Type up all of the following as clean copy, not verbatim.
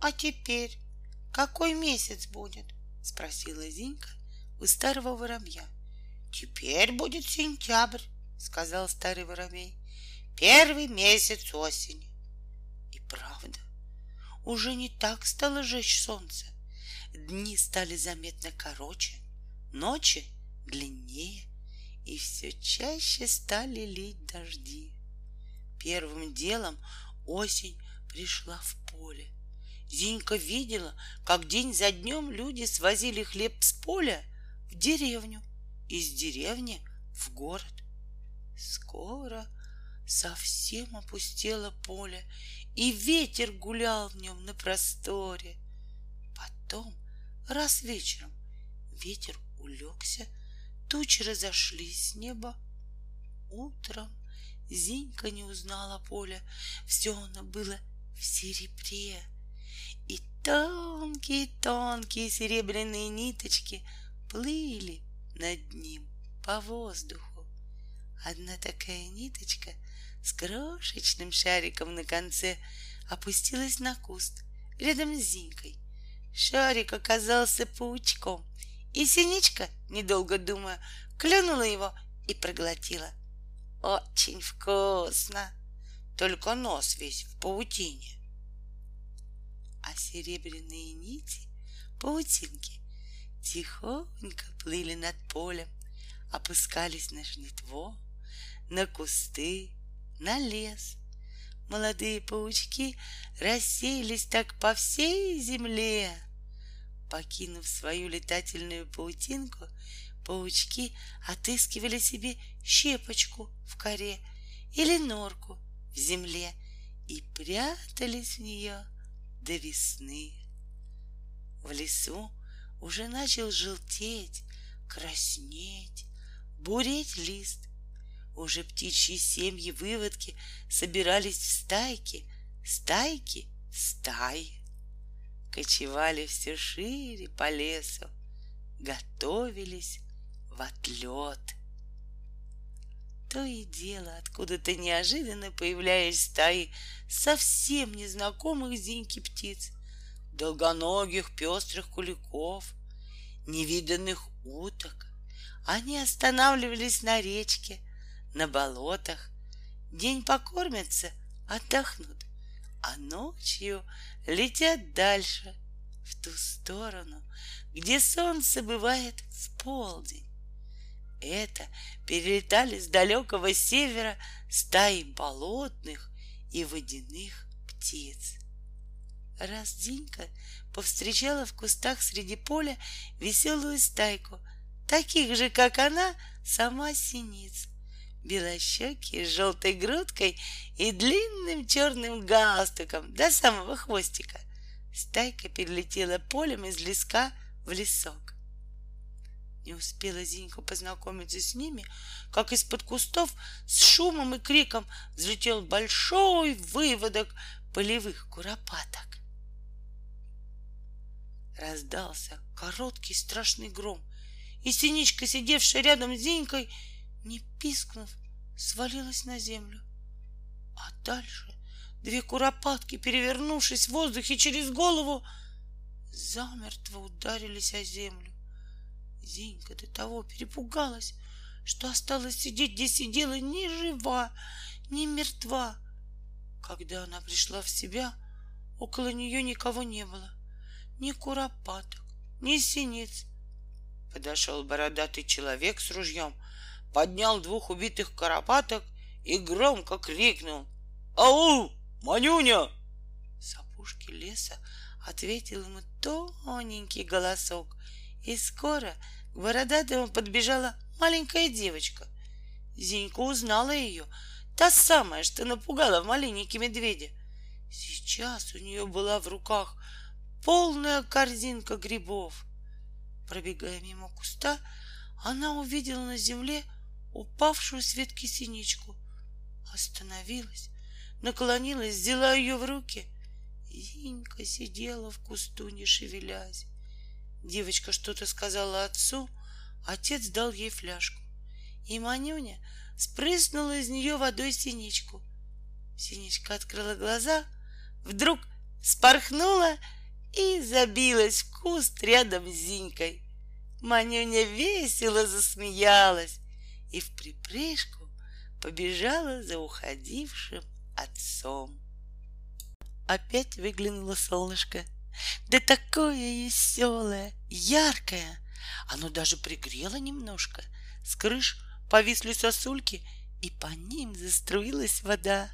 А теперь какой месяц будет? Спросила Зинька у старого воробья. Теперь будет сентябрь, сказал старый воробей. Первый месяц осени. И правда, уже не так стало жечь солнце. Дни стали заметно короче, ночи длиннее, и все чаще стали лить дожди. Первым делом осень пришла в поле. Зинька видела, как день за днем люди свозили хлеб с поля в деревню, из деревни в город. Скоро совсем опустело поле, и ветер гулял в нем на просторе. Потом, раз вечером, ветер улегся, тучи разошлись с неба. Утром Зинька не узнала поля, все оно было в серебре, и тонкие-тонкие серебряные ниточки плыли над ним по воздуху. Одна такая ниточка с крошечным шариком на конце опустилась на куст рядом с Зинькой. Шарик оказался паучком, и синичка, недолго думая, клюнула его и проглотила. Очень вкусно, только нос весь в паутине. А серебряные нити, паутинки, тихонько плыли над полем, опускались на жнитво, на кусты, на лес. Молодые паучки рассеялись так по всей земле. Покинув свою летательную паутинку, паучки отыскивали себе щепочку в коре или норку в земле и прятались в нее до весны. В лесу уже начал желтеть, краснеть, буреть лист. Уже птичьи семьи, выводки собирались в стайки, стайки в стаи. Кочевали все шире по лесу, готовились в отлет. То и дело, откуда-то неожиданно появлялись стаи совсем незнакомых Зиньке птиц, долгоногих пестрых куликов, невиданных уток. Они останавливались на речке, на болотах. День покормятся, отдохнут, а ночью летят дальше, в ту сторону, где солнце бывает в полдень. Это перелетали с далекого севера стаи болотных и водяных птиц. Раз Зинька повстречала в кустах среди поля веселую стайку, таких же, как она, сама синиц, белощекие, с желтой грудкой и длинным черным галстуком до самого хвостика. Стайка перелетела полем из леска в лесок. Не успела Зинька познакомиться с ними, как из-под кустов с шумом и криком взлетел большой выводок полевых куропаток. Раздался короткий страшный гром, и синичка, сидевшая рядом с Зинькой, не пискнув, свалилась на землю. А дальше две куропатки, перевернувшись в воздухе через голову, замертво ударились о землю. Зинька до того перепугалась, что осталась сидеть, где сидела, ни жива, ни мертва. Когда она пришла в себя, около нее никого не было, ни куропаток, ни синиц. Подошел бородатый человек с ружьем, поднял двух убитых куропаток и громко крикнул: «Ау, Манюня!» С опушки леса ответил ему тоненький голосок, и скоро к бородатому подбежала маленькая девочка. Зинька узнала ее, та самая, что напугала в малиннике медведя. Сейчас у нее была в руках полная корзинка грибов. Пробегая мимо куста, она увидела на земле упавшую с ветки синичку. Остановилась, наклонилась, взяла ее в руки. Зинька сидела в кусту, не шевелясь. Девочка что-то сказала отцу, отец дал ей фляжку, и Манюня спрыснула из нее водой синичку. Синичка открыла глаза, вдруг вспорхнула и забилась в куст рядом с Зинькой. Манюня весело засмеялась и вприпрыжку побежала за уходившим отцом. Опять выглянуло солнышко, да такое веселое, яркое. Оно даже пригрело немножко. С крыш повисли сосульки, и по ним заструилась вода.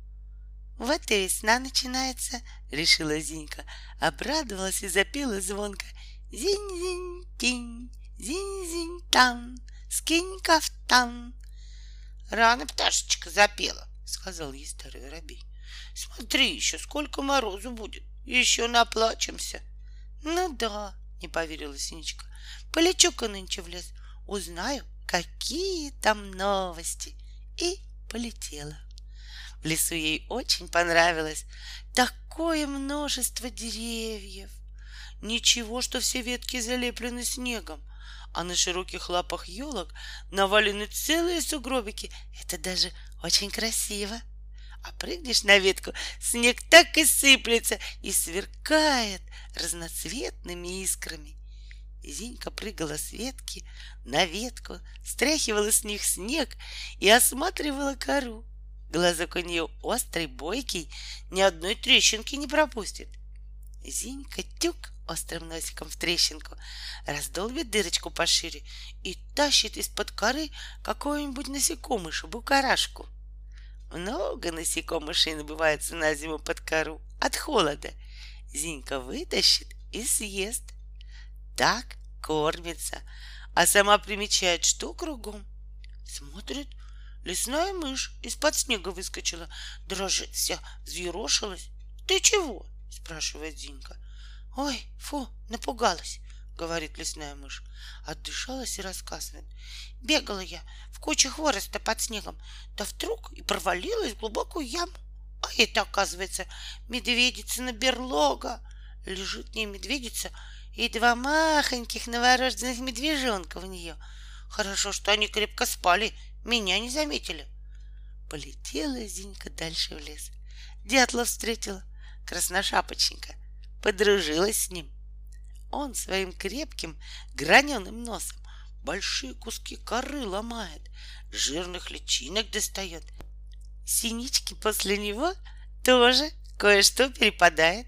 Вот и весна начинается, решила Зинька, обрадовалась и запела звонко: зинь-зинь-тинь, зинь-зинь-тан, скинь кафтан. Рано пташечка запела, сказал ей старый воробей. Смотри, еще сколько морозу будет, еще наплачемся. Ну да, не поверила Синичка. Полечу-ка нынче в лес, узнаю, какие там новости. И полетела. В лесу ей очень понравилось. Такое множество деревьев. Ничего, что все ветки залеплены снегом, а на широких лапах елок навалены целые сугробики. Это даже очень красиво. А прыгнешь на ветку, снег так и сыплется и сверкает разноцветными искрами. Зинька прыгала с ветки на ветку, стряхивала с них снег и осматривала кору. Глазок у нее острый, бойкий, ни одной трещинки не пропустит. Зинька тюк острым носиком в трещинку, раздолбит дырочку пошире и тащит из-под коры какую-нибудь насекомыша, букарашку. Много насекомышей набывается на зиму под кору от холода. Зинька вытащит и съест. Так кормится, а сама примечает, что кругом. Смотрит, лесная мышь из-под снега выскочила, дрожит вся, взъерошилась. Ты чего? Спрашивает Зинька. Ой, фу, напугалась, говорит лесная мышь. Отдышалась и рассказывает. Бегала я в куче хвороста под снегом, да вдруг и провалилась в глубокую яму. А это, оказывается, медведицына берлога. Лежит в ней медведица и два махоньких новорожденных медвежонка в нее. Хорошо, что они крепко спали, меня не заметили. Полетела Зинька дальше в лес. Дятла встретила, красношапочника, подружилась с ним. Он своим крепким граненым носом большие куски коры ломает, жирных личинок достает. Синичке после него тоже кое-что перепадает.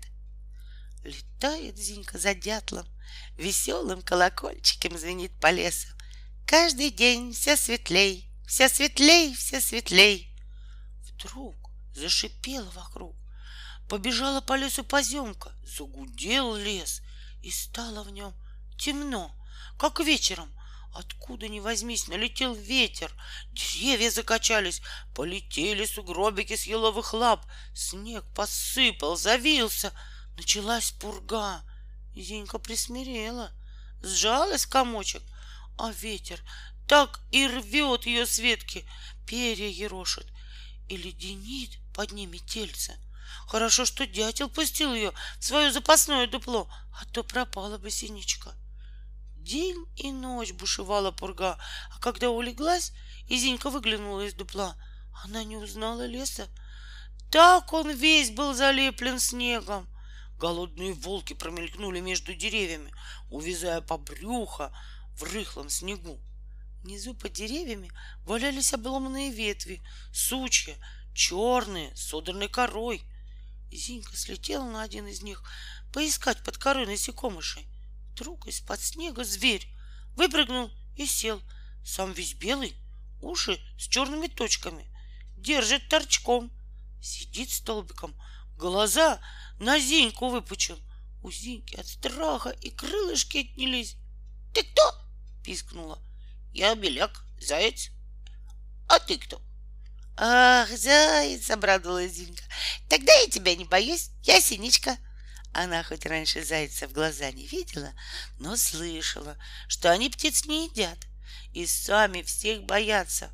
Летает Зинька за дятлом, веселым колокольчиком звенит по лесу. Каждый день все светлей, все светлей, все светлей. Вдруг зашипело вокруг, побежала по лесу поземка, загудел лес, и стало в нем темно, как вечером. Откуда ни возьмись, налетел ветер, деревья закачались, полетели сугробики с еловых лап, снег посыпал, завился, началась пурга. Зинька присмирела, сжалась в комочек, а ветер так и рвет ее с ветки, перья ерошит и леденит под ними тельце. Хорошо, что дятел пустил ее в свое запасное дупло, а то пропала бы Синичка. День и ночь бушевала пурга, а когда улеглась, и Зинька выглянула из дупла, она не узнала леса. Так он весь был залеплен снегом. Голодные волки промелькнули между деревьями, увязая по брюхо в рыхлом снегу. Внизу под деревьями валялись обломанные ветви, сучья, черные, с содранной корой. Зинька слетела на один из них поискать под корой насекомышей. Вдруг из-под снега зверь выпрыгнул и сел, сам весь белый, уши с черными точками, держит торчком, сидит столбиком, глаза на Зиньку выпучил. У Зиньки от страха и крылышки отнялись. — Ты кто? — пискнула. — Я беляк, заяц. — А ты кто? — Ах, заяц! — обрадовалась Зинька. — Тогда я тебя не боюсь, я Синичка. Она хоть раньше зайца в глаза не видела, но слышала, что они птиц не едят и сами всех боятся.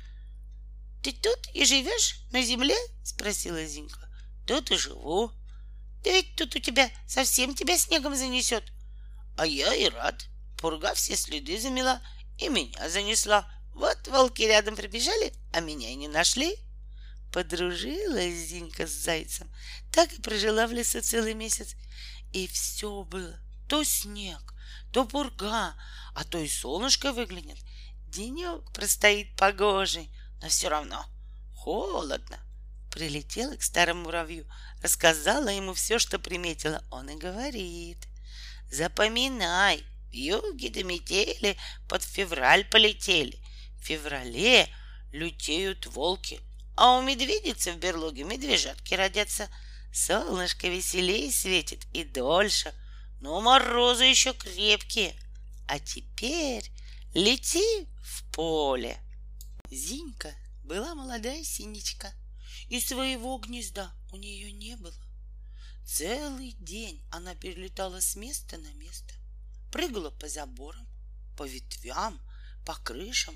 — Ты тут и живешь на земле? — спросила Зинька. — Тут и живу. — Да ведь тут у тебя совсем тебя снегом занесет. — А я и рад. Пурга все следы замела и меня занесла. Вот волки рядом прибежали, а меня и не нашли. Подружилась Зинька с зайцем, так и прожила в лесу целый месяц. И все было то снег, то пурга, а то и солнышко выглянет. Денек простоит погожий, но все равно холодно. Прилетела к старому муравью, рассказала ему все, что приметила. Он и говорит: запоминай, вьюги до метели под февраль полетели. В феврале лютеют волки, а у медведицы в берлоге медвежатки родятся. Солнышко веселее светит и дольше, но морозы еще крепкие. А теперь лети в поле. Зинька была молодая синичка, и своего гнезда у нее не было. Целый день она перелетала с места на место, прыгала по заборам, по ветвям, по крышам.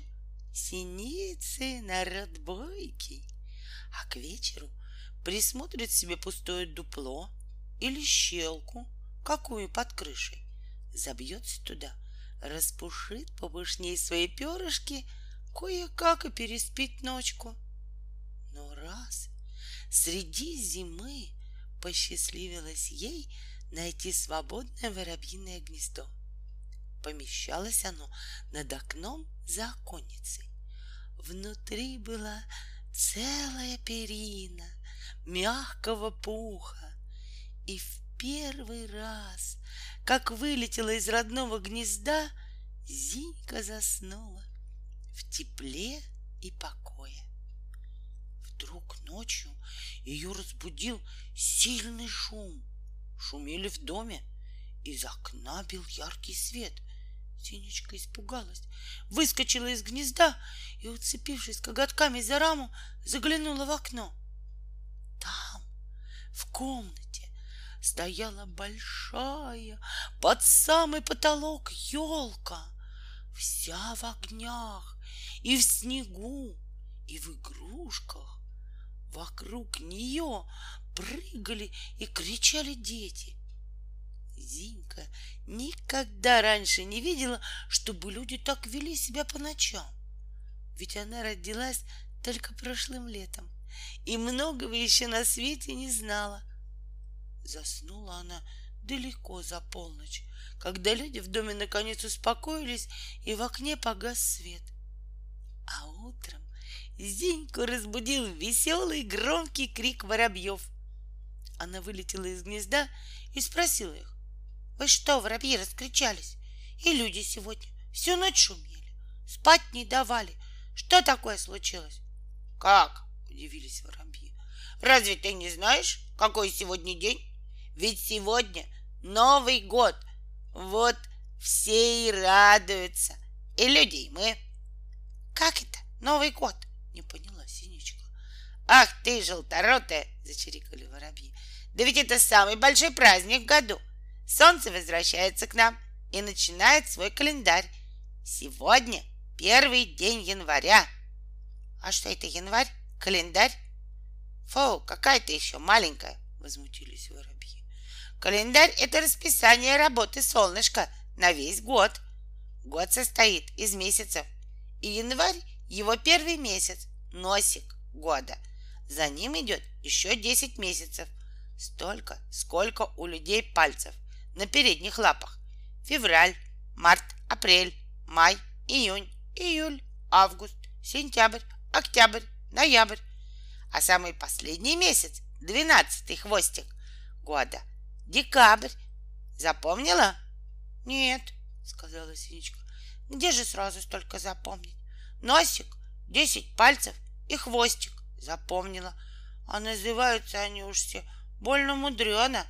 Синицы народ бойкий, а к вечеру присмотрит себе пустое дупло или щелку, какую под крышей, забьется туда, распушит попышней свои перышки, кое-как и переспит ночку. Но раз среди зимы посчастливилось ей найти свободное воробьиное гнездо. Помещалось оно над окном за оконницей. Внутри была целая перина мягкого пуха. И в первый раз, как вылетела из родного гнезда, Зинька заснула в тепле и покое. Вдруг ночью ее разбудил сильный шум. Шумели в доме, из окна бил яркий свет. Синичка испугалась, выскочила из гнезда и, уцепившись коготками за раму, заглянула в окно. Там, в комнате, стояла большая, под самый потолок елка, вся в огнях и в снегу, и в игрушках. Вокруг нее прыгали и кричали дети. Зинька никогда раньше не видела, чтобы люди так вели себя по ночам. Ведь она родилась только прошлым летом и многого еще на свете не знала. Заснула она далеко за полночь, когда люди в доме наконец успокоились и в окне погас свет. А утром Зиньку разбудил веселый громкий крик воробьев. Она вылетела из гнезда и спросила их: вы что, воробьи, раскричались? И люди сегодня всю ночь шумели, спать не давали. Что такое случилось? Как? Удивились воробьи. Разве ты не знаешь, какой сегодня день? Ведь сегодня Новый год. Вот все и радуются. И люди, и мы. Как это Новый год? Не поняла Синичка. Ах ты, желторотая, зачирикали воробьи. Да ведь это самый большой праздник в году. Солнце возвращается к нам и начинает свой календарь. Сегодня первый день января. А что это январь? Календарь? Фу, какая ты еще маленькая, возмутились воробьи. Календарь — это расписание работы солнышка на весь год. Год состоит из месяцев, и январь — его первый месяц, носик года. За ним идет еще 10 месяцев, столько, сколько у людей пальцев на передних лапах. Февраль, март, апрель, май, июнь, июль, август, сентябрь, октябрь, ноябрь. А самый последний месяц, 12-й хвостик года, декабрь. Запомнила? Нет, сказала Синичка. Где же сразу столько запомнить? Носик, 10 пальцев и хвостик. Запомнила. А называются они уж все больно мудрено.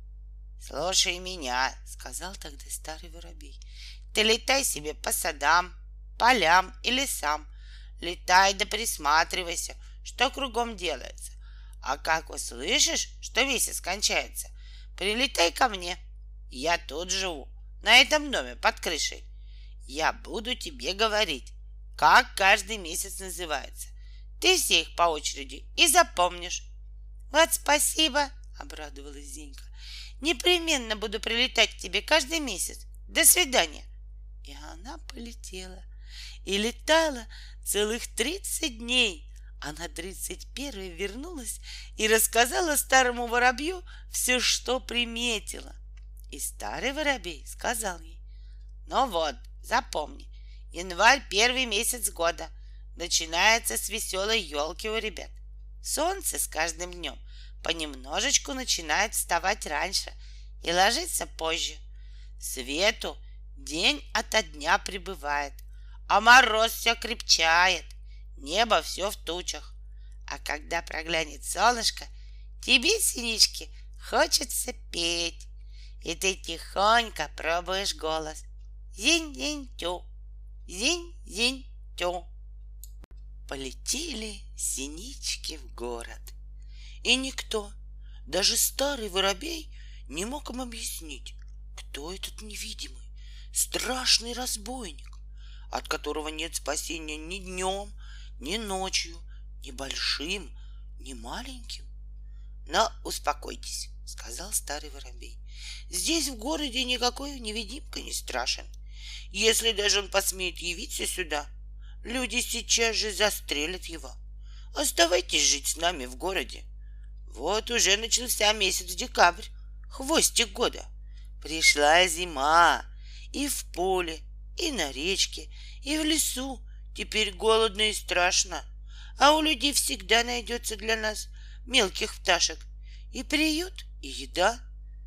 Слушай меня, сказал тогда старый воробей. Ты летай себе по садам, полям и лесам. Летай да присматривайся, что кругом делается. А как услышишь, что месяц кончается, прилетай ко мне. Я тут живу, на этом доме под крышей. Я буду тебе говорить, как каждый месяц называется. Ты все их по очереди и запомнишь. Вот спасибо, обрадовалась Зинька. Непременно буду прилетать к тебе каждый месяц. До свидания. И она полетела. И летала целых 30 дней. А на 31-й вернулась и рассказала старому воробью все, что приметила. И старый воробей сказал ей: ну вот, запомни, январь — первый месяц года. Начинается с веселой елки у ребят. Солнце с каждым днем понемножечку начинает вставать раньше и ложиться позже. Свету день ото дня прибывает, а мороз все крепчает, небо все в тучах. А когда проглянет солнышко, тебе, синички, хочется петь. И ты тихонько пробуешь голос: зинь-зинь-тю, зинь-зинь-тю. Полетели синички в город. И никто, даже старый воробей, не мог им объяснить, кто этот невидимый, страшный разбойник, от которого нет спасения ни днем, ни ночью, ни большим, ни маленьким. Но успокойтесь, сказал старый воробей. Здесь в городе никакой невидимка не страшен. Если даже он посмеет явиться сюда, люди сейчас же застрелят его. Оставайтесь жить с нами в городе. Вот уже начался месяц декабрь, хвостик года. Пришла зима, и в поле, и на речке, и в лесу теперь голодно и страшно. А у людей всегда найдется для нас мелких пташек и приют, и еда.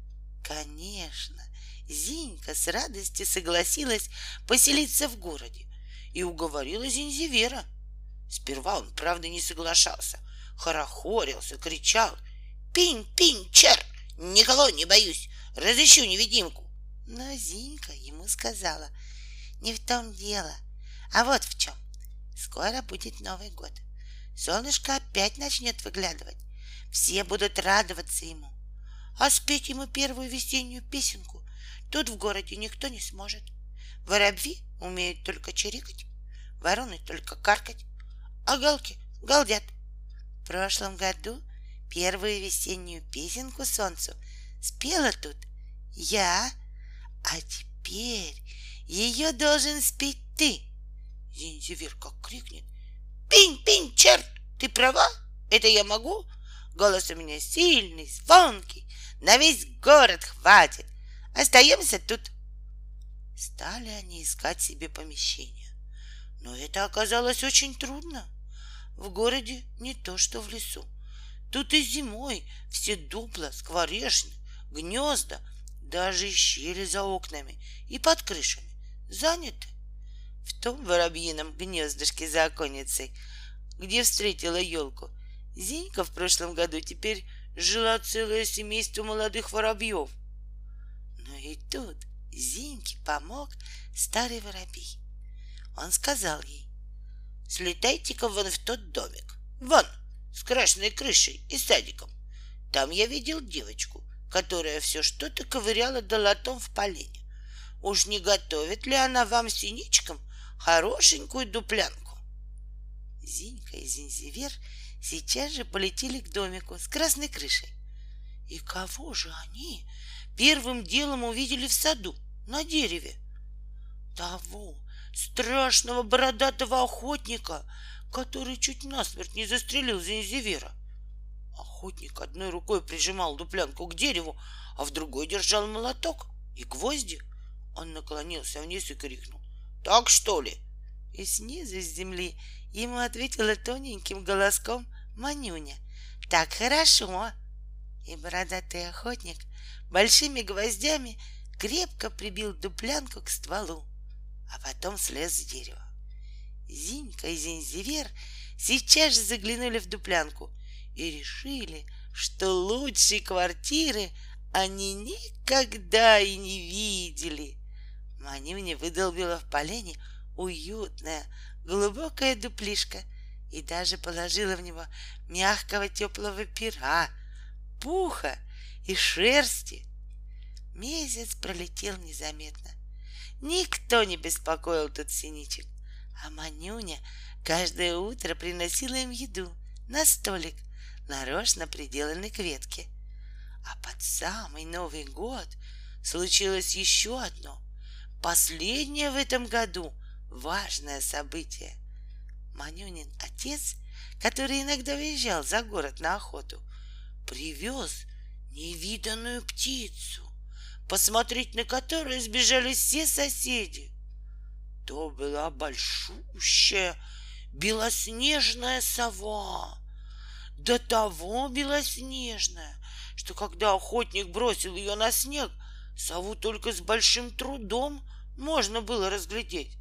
Конечно, Зинька с радостью согласилась поселиться в городе и уговорила Зинзивера. Сперва он, правда, не соглашался, хорохорился, кричал: «Пинь-пинь, чер! Никого не боюсь, разыщу невидимку!» Но Зинька ему сказала: «Не в том дело, а вот в чем. Скоро будет Новый год. Солнышко опять начнет выглядывать. Все будут радоваться ему. А спеть ему первую весеннюю песенку тут в городе никто не сможет. Воробьи умеют только чирикать, вороны только каркать, а галки галдят. В прошлом году первую весеннюю песенку солнцу спела тут я, а теперь ее должен спеть ты». Зинзивер как крикнет: «Пинь-пинь, черт! Ты права? Это я могу? Голос у меня сильный, звонкий, на весь город хватит. Остаемся тут». Стали они искать себе помещение, но это оказалось очень трудно. В городе не то, что в лесу. Тут и зимой все дупла, скворечни, гнезда, даже щели за окнами и под крышами заняты. В том воробьином гнездышке за оконницей, где встретила елку, Зинька в прошлом году теперь жила целое семейство молодых воробьев. Но и тут Зиньке помог старый воробей. Он сказал ей: «Слетайте-ка вон в тот домик, вон, с красной крышей и садиком. Там я видел девочку, которая все что-то ковыряла долотом в полене. Уж не готовит ли она вам, синичкам, хорошенькую дуплянку?» Зинька и Зинзивер сейчас же полетели к домику с красной крышей. И кого же они первым делом увидели в саду на дереве? Того страшного бородатого охотника, который чуть насмерть не застрелил Зинзивера. Охотник одной рукой прижимал дуплянку к дереву, а в другой держал молоток и гвозди. Он наклонился вниз и крикнул: «Так что ли?» И снизу с земли ему ответила тоненьким голоском Манюня: «Так хорошо!» И бородатый охотник большими гвоздями крепко прибил дуплянку к стволу, а потом слез с дерева. Зинька и Зинзивер сейчас же заглянули в дуплянку и решили, что лучшей квартиры они никогда и не видели. Манюня выдолбила в полене уютное глубокое дуплишко и даже положила в него мягкого теплого пера, пуха и шерсти. Месяц пролетел незаметно. Никто не беспокоил тут синичек, а Манюня каждое утро приносила им еду на столик, нарочно приделанный к ветке. А под самый Новый год случилось еще одно, последнее в этом году важное событие. Манюнин отец, который иногда уезжал за город на охоту, привез невиданную птицу, посмотреть на которую сбежали все соседи. То была большущая белоснежная сова, до того белоснежная, что когда охотник бросил ее на снег, сову только с большим трудом можно было разглядеть.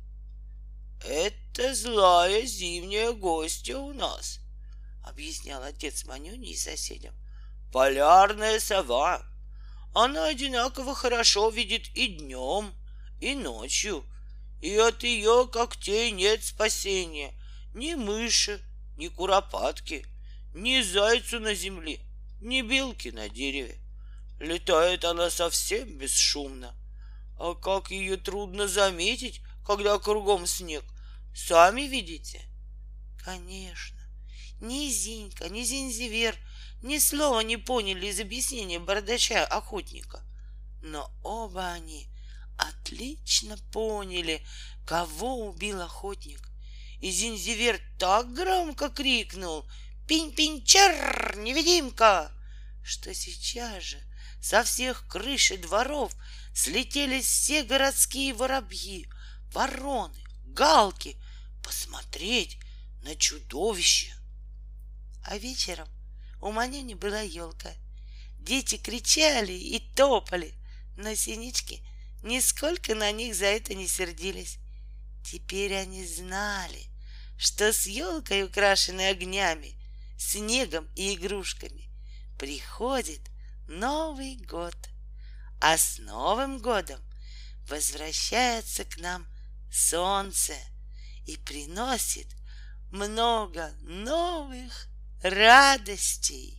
«Это злая зимняя гостья у нас», — объяснял отец Манюни и соседям. «Полярная сова. Она одинаково хорошо видит и днем, и ночью, и от ее когтей нет спасения ни мыши, ни куропатки, ни зайцу на земле, ни белки на дереве. Летает она совсем бесшумно. А как ее трудно заметить, когда кругом снег, сами видите?» Конечно, ни Зинька, ни Зинзивер ни слова не поняли из объяснения бородача-охотника. Но оба они отлично поняли, кого убил охотник. И Зинзивер так громко крикнул: «Пинь-пинь-чер, невидимка!», что сейчас же со всех крыш и дворов слетелись все городские воробьи, вороны, галки посмотреть на чудовище. А вечером у Манюни была елка. Дети кричали и топали, но синички нисколько на них за это не сердились. Теперь они знали, что с елкой, украшенной огнями, снегом и игрушками, приходит Новый год, а с Новым годом возвращается к нам солнце и приносит много новых радостей.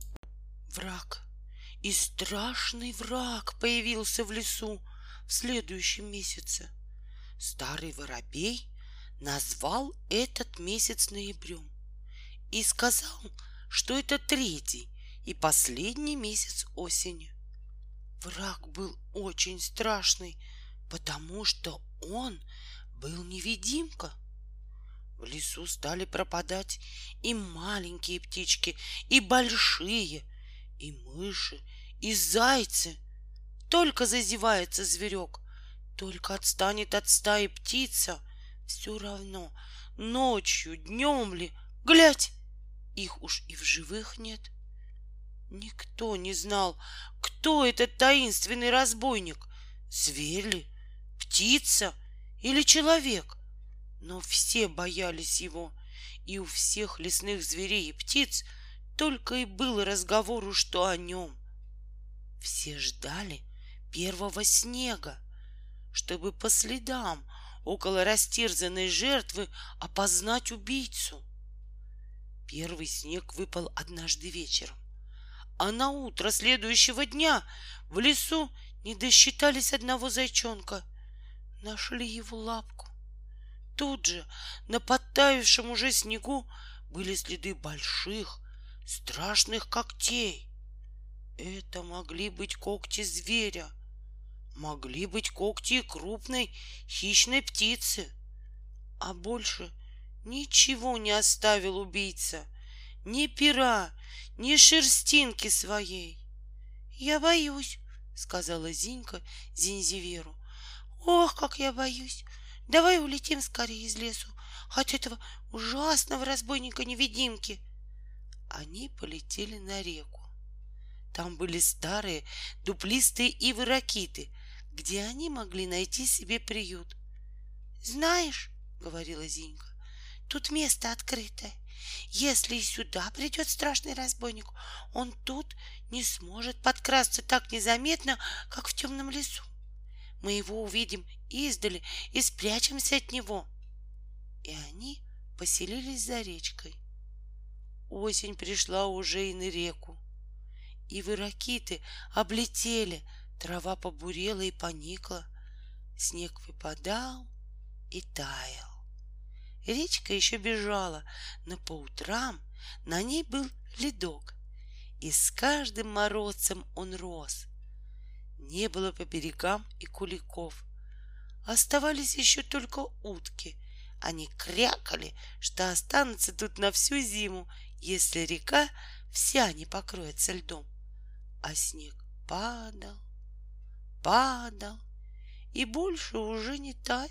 Враг и страшный враг появился в лесу в следующем месяце. Старый воробей назвал этот месяц ноябрем и сказал, что это третий и последний месяц осени. Враг был очень страшный, потому что он был невидимка. В лесу стали пропадать и маленькие птички, и большие, и мыши, и зайцы. Только зазевается зверек, только отстанет от стаи птица, все равно ночью, днем ли, глядь, их уж и в живых нет. Никто не знал, кто этот таинственный разбойник, зверь ли, птица или человек. Но все боялись его, и у всех лесных зверей и птиц только и было разговору, что о нем. Все ждали первого снега, чтобы по следам около растерзанной жертвы опознать убийцу. Первый снег выпал однажды вечером, а на утро следующего дня в лесу не досчитались одного зайчонка. Нашли его лапку. Тут же на подтаявшем уже снегу были следы больших, страшных когтей. Это могли быть когти зверя, могли быть когти крупной хищной птицы. А больше ничего не оставил убийца, ни пера, ни шерстинки своей. «Я боюсь», — сказала Зинька Зинзиверу. «Ох, как я боюсь! Давай улетим скорее из лесу от этого ужасного разбойника-невидимки». Они полетели на реку. Там были старые дуплистые ивы-ракиты, где они могли найти себе приют. «Знаешь, — говорила Зинька, — тут место открытое. Если и сюда придет страшный разбойник, он тут не сможет подкрасться так незаметно, как в темном лесу. Мы его увидим издали и спрячемся от него». И они поселились за речкой. Осень пришла уже и на реку. Ивы-ракиты облетели, трава побурела и поникла, снег выпадал и таял. Речка еще бежала, но по утрам на ней был ледок, и с каждым морозцем он рос. Не было по берегам и куликов. Оставались еще только утки. Они крякали, что останутся тут на всю зиму, если река вся не покроется льдом. А снег падал, падал и больше уже не таял.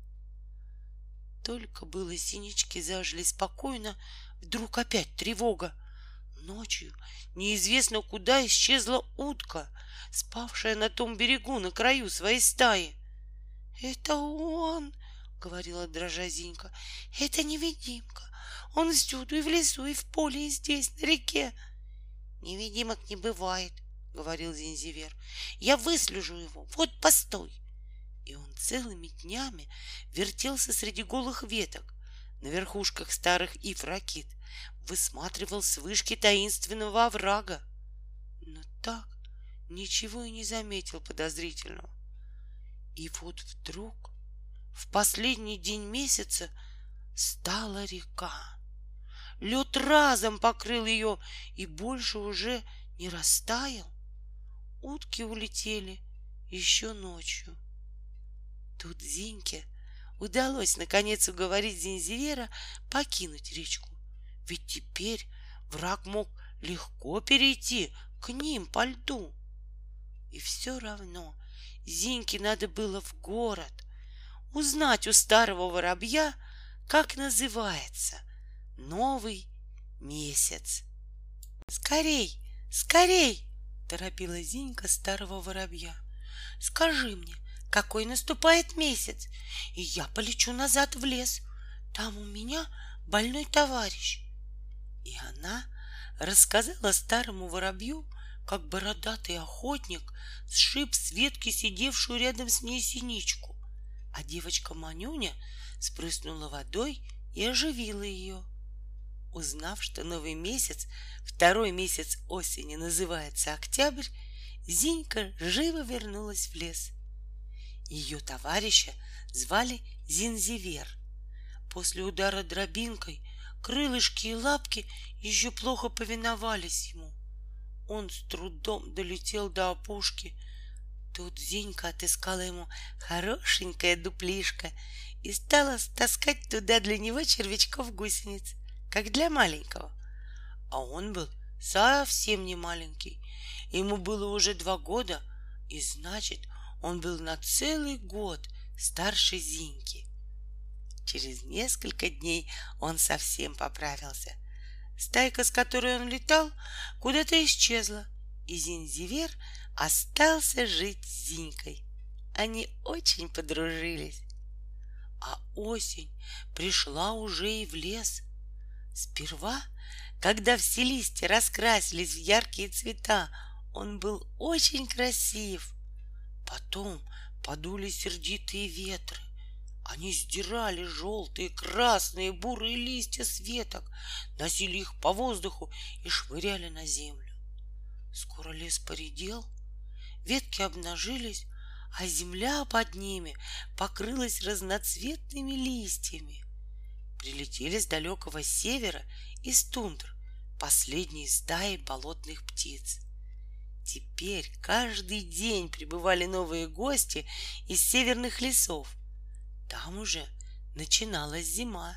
Только было синички зажили спокойно, вдруг опять тревога. Ночью неизвестно куда исчезла утка, спавшая на том берегу на краю своей стаи. — Это он, — говорила дрожа Зинька, — это невидимка. Он всюду, и в лесу, и в поле, и здесь, на реке. — Невидимок не бывает, — говорил Зинзивер. — Я выслежу его, вот постой. И он целыми днями вертелся среди голых веток, на верхушках старых ив ракит, высматривал с вышки таинственного оврага, но так ничего и не заметил подозрительного. И вот вдруг в последний день месяца стала река. Лед разом покрыл ее и больше уже не растаял. Утки улетели еще ночью. Тут Зиньке удалось наконец уговорить Зинзивера покинуть речку, ведь теперь враг мог легко перейти к ним по льду. И все равно Зиньке надо было в город узнать у старого воробья, как называется новый месяц. «Скорей, скорей!» — торопила Зинька старого воробья. «Скажи мне, какой наступает месяц, и я полечу назад в лес. Там у меня больной товарищ». И она рассказала старому воробью, как бородатый охотник сшиб с ветки сидевшую рядом с ней синичку, а девочка Манюня спрыснула водой и оживила ее. Узнав, что новый месяц, второй месяц осени, называется октябрь, Зинька живо вернулась в лес. Ее товарища звали Зинзивер. После удара дробинкой крылышки и лапки еще плохо повиновались ему. Он с трудом долетел до опушки. Тут Зинька отыскала ему хорошенькое дуплишко и стала таскать туда для него червячков-гусениц, как для маленького. А он был совсем не маленький. Ему было уже 2 года, и значит, он был на целый год старше Зиньки. Через несколько дней он совсем поправился. Стайка, с которой он летал, куда-то исчезла, и Зинзивер остался жить с Зинькой. Они очень подружились. А осень пришла уже и в лес. Сперва, когда все листья раскрасились в яркие цвета, он был очень красив. Потом подули сердитые ветры. Они сдирали желтые, красные, бурые листья с веток, носили их по воздуху и швыряли на землю. Скоро лес поредел, ветки обнажились, а земля под ними покрылась разноцветными листьями. Прилетели с далекого севера, из тундр, последние стаи болотных птиц. Теперь каждый день прибывали новые гости из северных лесов. Там уже начиналась зима.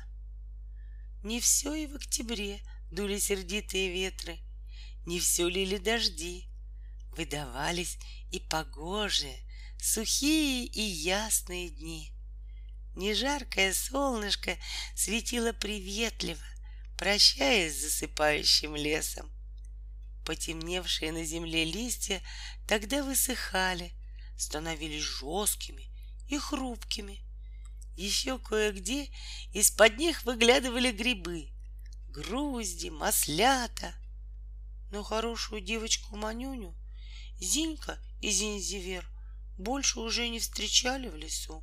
Не все и в октябре дули сердитые ветры, не все лили дожди. Выдавались и погожие, сухие и ясные дни. Нежаркое солнышко светило приветливо, прощаясь с засыпающим лесом. Потемневшие на земле листья тогда высыхали, становились жесткими и хрупкими. Еще кое-где из-под них выглядывали грибы, грузди, маслята. Но хорошую девочку Манюню Зинька и Зинзивер больше уже не встречали в лесу.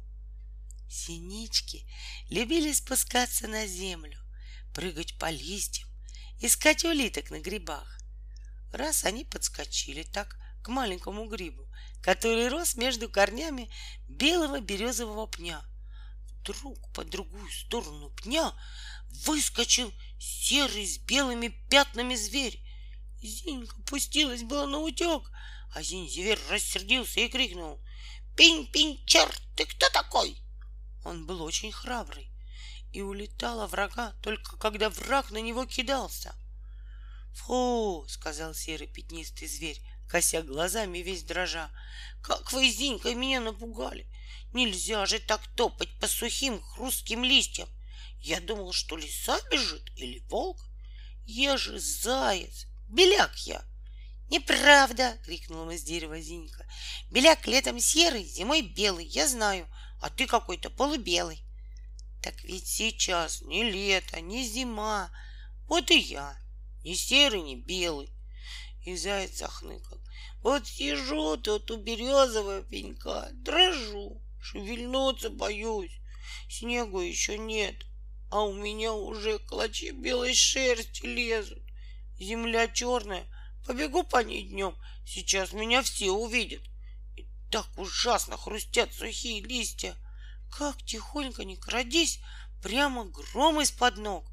Синички любили спускаться на землю, прыгать по листьям, искать улиток на грибах. Раз они подскочили так к маленькому грибу, который рос между корнями белого березового пня. Вдруг по другую сторону пня выскочил серый с белыми пятнами зверь. Зинька пустилась была на утек, а Зинзивер рассердился и крикнул: «Пинь-пинь, черт, ты кто такой?» Он был очень храбрый и улетал от врага только когда враг на него кидался. «Фу!» — сказал серый пятнистый зверь, кося глазами весь дрожа. Как вы, Зинька, меня напугали! Нельзя же так топать по сухим хрустким листьям. Я думал, что лиса бежит или волк. Я же заяц, беляк я. Неправда, крикнула из дерева Зинька. Беляк летом серый, зимой белый, я знаю, а ты какой-то полубелый. Так ведь сейчас ни лето, ни зима. Вот и я, ни серый, ни белый. И заяц захныкал. Вот сижу тут у березового пенька, дрожу, шевельнуться боюсь. Снегу еще нет, а у меня уже клочья белой шерсти лезут. Земля черная, побегу по ней днем, сейчас меня все увидят. И так ужасно хрустят сухие листья. Как тихонько не крадись, прямо гром из-под ног.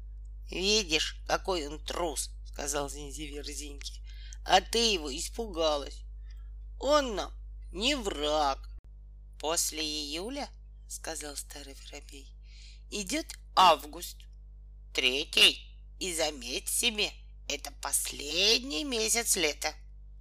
Видишь, какой он трус, сказал Зинзивер Зиньке, а ты его испугалась. Он нам не враг. После июля, сказал старый воробей, идет август, третий, и заметь себе, это последний месяц лета.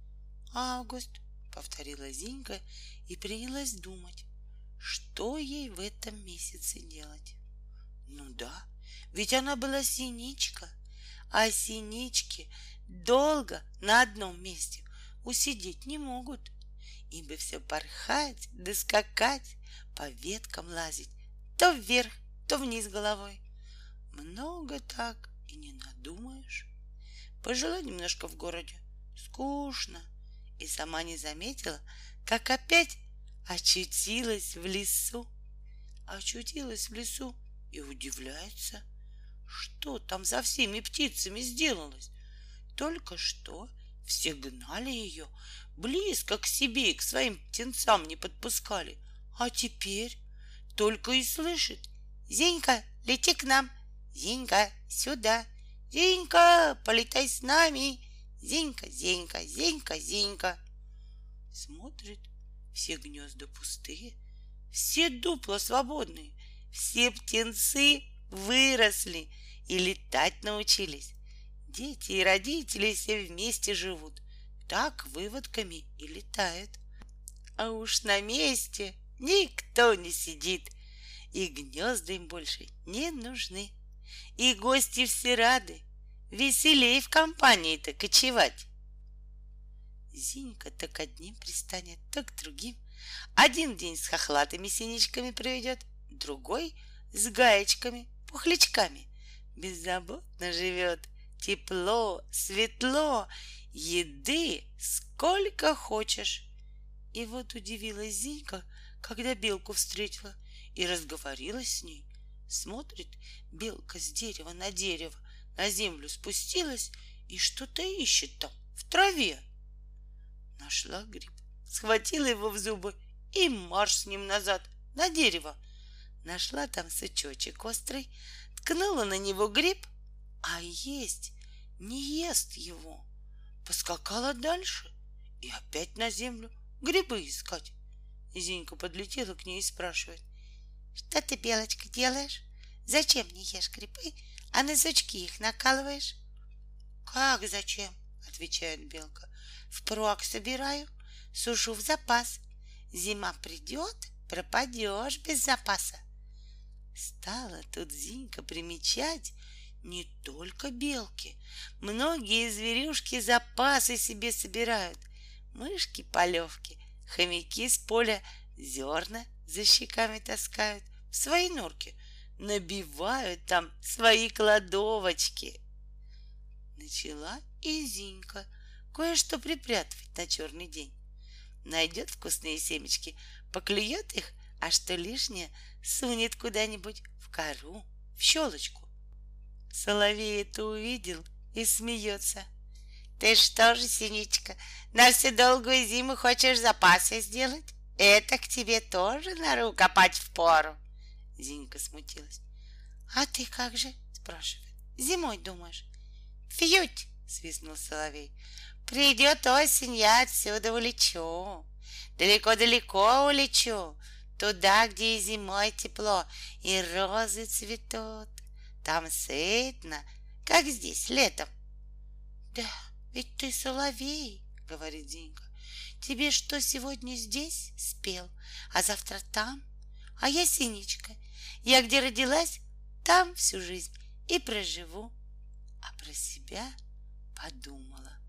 Август, повторила Зинька и принялась думать, что ей в этом месяце делать. Ну да, ведь она была синичка, а синички долго на одном месте усидеть не могут. Им бы все порхать да скакать, по веткам лазить, то вверх, то вниз головой. Много так и не надумаешь. Пожила немножко в городе, скучно, и сама не заметила, как опять очутилась в лесу. Очутилась в лесу и удивляется, что там за всеми птицами сделалось. Только что все гнали ее, близко к себе и к своим птенцам не подпускали. А теперь только и слышит: Зинька, лети к нам, Зинька, сюда, Зинька, полетай с нами, Зинька, Зинька, Зинька, Зинька. Смотрит, все гнезда пустые, все дупла свободные, все птенцы выросли и летать научились. Дети и родители все вместе живут, так выводками и летают. А уж на месте никто не сидит, и гнезда им больше не нужны. И гости все рады, веселей в компании-то кочевать. Зинька то к одним пристанет, то к другим. Один день с хохлатыми синичками проведет, другой с гаечками, пухлячками. Беззаботно живет, тепло, светло, еды сколько хочешь. И вот удивилась Зинька, когда белку встретила и разговорилась с ней. Смотрит, белка с дерева на дерево, на землю спустилась и что-то ищет там, в траве. Нашла гриб, схватила его в зубы и марш с ним назад, на дерево. Нашла там сучочек острый, ткнула на него гриб, а есть не ест его. Поскакала дальше и опять на землю грибы искать. Зинька подлетела к ней и спрашивает: что ты, белочка, делаешь? Зачем не ешь грибы, а на сучки их накалываешь? Как зачем? Отвечает белка. Впрок собираю, сушу в запас. Зима придет, пропадешь без запаса. Стала тут Зинька примечать не только белки. Многие зверюшки запасы себе собирают. Мышки полевки, хомяки с поля зерна за щеками таскают в свои норки, набивают там свои кладовочки. Начала и Зинька кое-что припрятывать на черный день. Найдет вкусные семечки, поклюет их, а что лишнее сунет куда-нибудь в кору, в щелочку. Соловей это увидел и смеется. Ты что же, синичка, на всю долгую зиму хочешь запасы сделать? Это к тебе тоже нору копать впору. Зинька смутилась. А ты как же? Спрашивает. Зимой думаешь? Фьють, свистнул соловей. Придет осень, я отсюда улечу. Далеко-далеко улечу. Туда, где и зимой тепло, и розы цветут. Там сытно, как здесь летом. Да, ведь ты соловей, говорит Зинька. Тебе что сегодня здесь спел, а завтра там? А я Синичка. Я где родилась, там всю жизнь и проживу. А про себя подумала.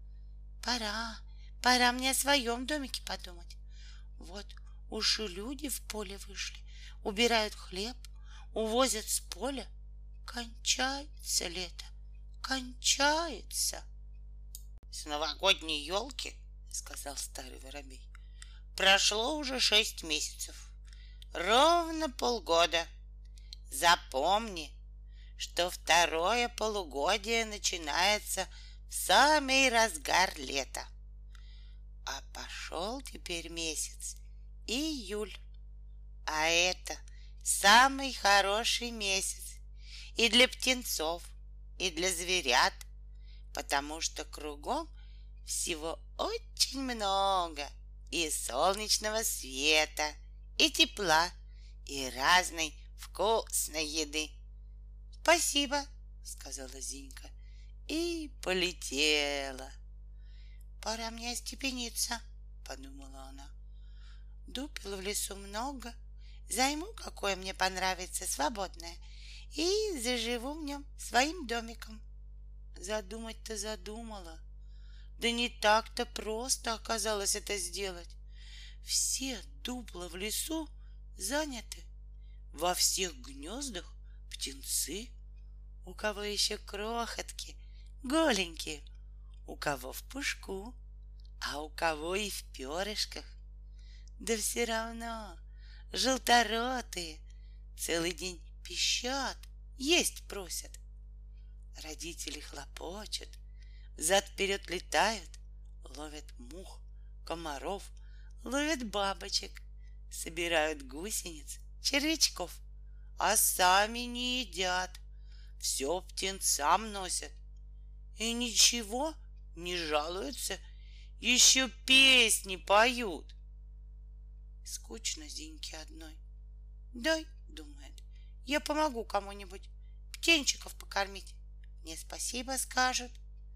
Пора мне о своем домике подумать. Вот уж и люди в поле вышли, убирают хлеб, увозят с поля. Кончается лето, кончается. С новогодней елки, сказал старый воробей, прошло уже 6 месяцев, ровно полгода. Запомни, что второе полугодие начинается в самый разгар лета. А пошел теперь месяц июль, а это самый хороший месяц и для птенцов, и для зверят, потому что кругом всего очень много и солнечного света, и тепла, и разной вкусной еды. Спасибо, сказала Зинька и полетела. Пора мне остепениться, подумала она. Дупел в лесу много, займу, какое мне понравится, свободное, и заживу в нем своим домиком. Задумать-то задумала, да не так-то просто оказалось это сделать. Все дупла в лесу заняты, во всех гнездах птенцы, у кого еще крохотки, голенькие, у кого в пушку, а у кого и в перышках. Да все равно желторотые целый день пищат, есть просят. Родители хлопочут, взад-вперед летают, ловят мух, комаров, ловят бабочек, собирают гусениц, червячков, а сами не едят, все птенцам носят. И ничего, не жалуются, еще песни поют. Скучно Зиньке одной. Дай, думает, я помогу кому-нибудь птенчиков покормить. Мне спасибо скажут.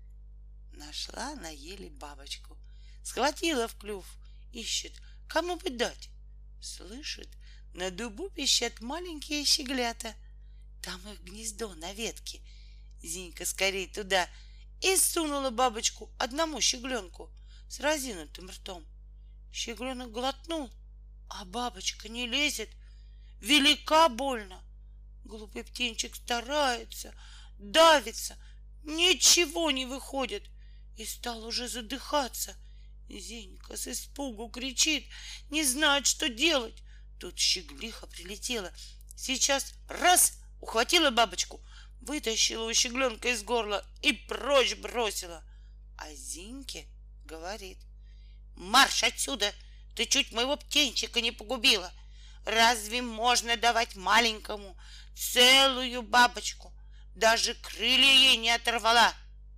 Нашла на еле бабочку, схватила в клюв, ищет, кому бы дать. Слышит, на дубу пищат маленькие щеглята. Там их гнездо на ветке. Зинька скорей туда и сунула бабочку одному щегленку с разинутым ртом. Щегленок глотнул, а бабочка не лезет. Велика больно. Глупый птенчик старается, давится, ничего не выходит и стал уже задыхаться. Зинька с испугу кричит, не знает, что делать. Тут щеглиха прилетела, сейчас раз ухватила бабочку, вытащила у щегленка из горла и прочь бросила. А Зиньке говорит: марш отсюда, ты чуть моего птенчика не погубила. Разве можно давать маленькому целую бабочку? Даже крылья ей не оторвала.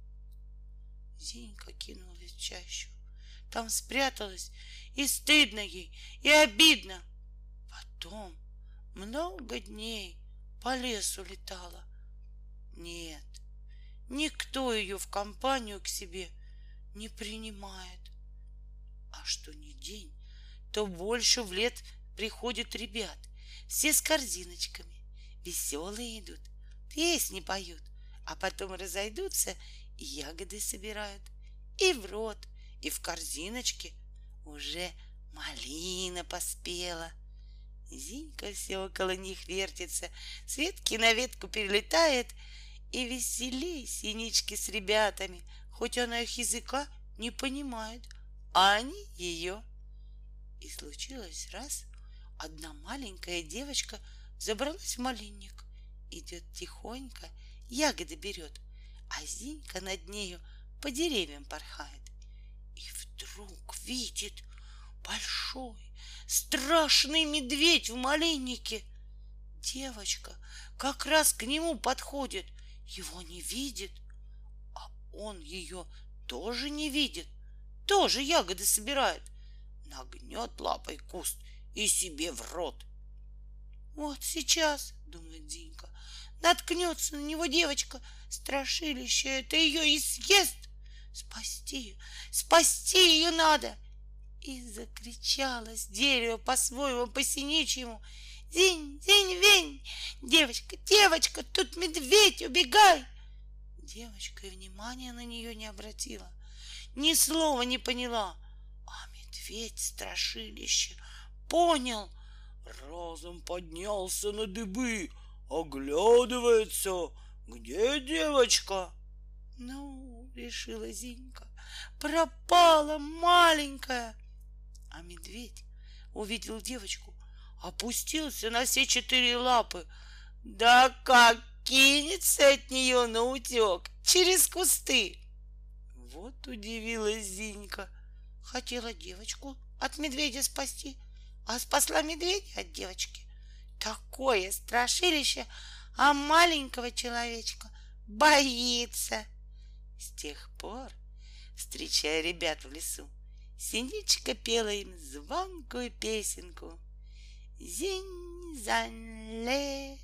Зинька кинулась в чащу. Там спряталась, и стыдно ей, и обидно. Потом много дней по лесу летала. Нет, никто ее в компанию к себе не принимает. А что ни день, то больше в лет приходят ребят, все с корзиночками, веселые идут, песни поют, а потом разойдутся и ягоды собирают. И в рот, и в корзиночке уже малина поспела. Зинька все около них вертится, с ветки на ветку перелетает, и веселей синички с ребятами, хоть она их языка не понимает, а они ее. И случилось раз, одна маленькая девочка забралась в малинник, идет тихонько, ягоды берет, а Зинька над нею по деревьям порхает. И вдруг видит большой страшный медведь в малиннике. Девочка как раз к нему подходит, его не видит, а он ее тоже не видит, тоже ягоды собирает, нагнет лапой куст и себе в рот. Вот сейчас, думает Зинька, наткнется на него девочка, страшилище это ее и съест. Спасти, спасти ее надо!» И закричала с дерева по-своему, по-синичьему: «Зинь, зинь, вень! Девочка, девочка, тут медведь, убегай!» Девочка и внимания на нее не обратила, ни слова не поняла. А медведь страшилище понял, разом поднялся на дыбы, оглядывается: «Где девочка?» «Ну, — решила Зинька, — пропала маленькая». А медведь увидел девочку, опустился на все 4 лапы, да как кинется от нее наутек через кусты. Вот удивилась Зинька. Хотела девочку от медведя спасти, а спасла медведя от девочки. Такое страшилище, а маленького человечка боится. С тех пор, встречая ребят в лесу, Синичка пела им звонкую песенку: «Зинь-зань-ле,